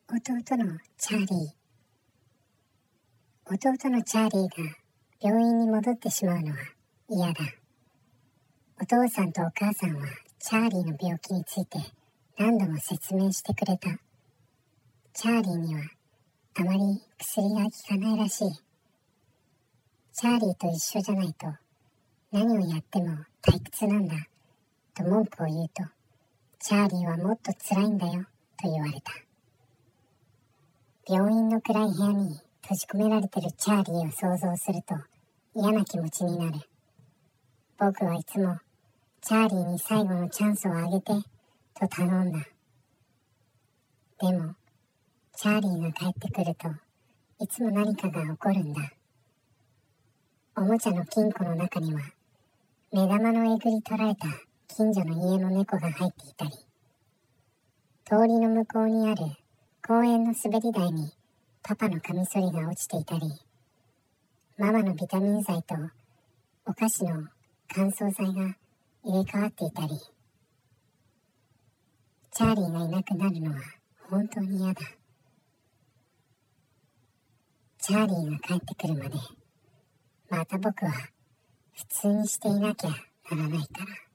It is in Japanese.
弟のチャーリー。弟のチャーリーが病院に戻ってしまうのは嫌だ。お父さんとお母さんはチャーリーの病気について何度も説明してくれた。チャーリーにはあまり薬が効かないらしい。チャーリーと一緒じゃないと何をやっても退屈なんだと文句を言うと、チャーリーはもっと辛いんだよと言われた。病院の暗い部屋に閉じ込められてるチャーリーを想像すると嫌な気持ちになる。僕はいつもチャーリーに最後のチャンスをあげてと頼んだ。でもチャーリーが帰ってくるといつも何かが起こるんだ。おもちゃの金庫の中には目玉のえぐり取られた近所の家の猫が入っていたり、通りの向こうにある公園の滑り台にパパのカミソリが落ちていたり、ママのビタミン剤とお菓子の乾燥剤が入れ替わっていたり、チャーリーがいなくなるのは本当に嫌だ。チャーリーが帰ってくるまでまた僕は普通にしていなきゃならないから。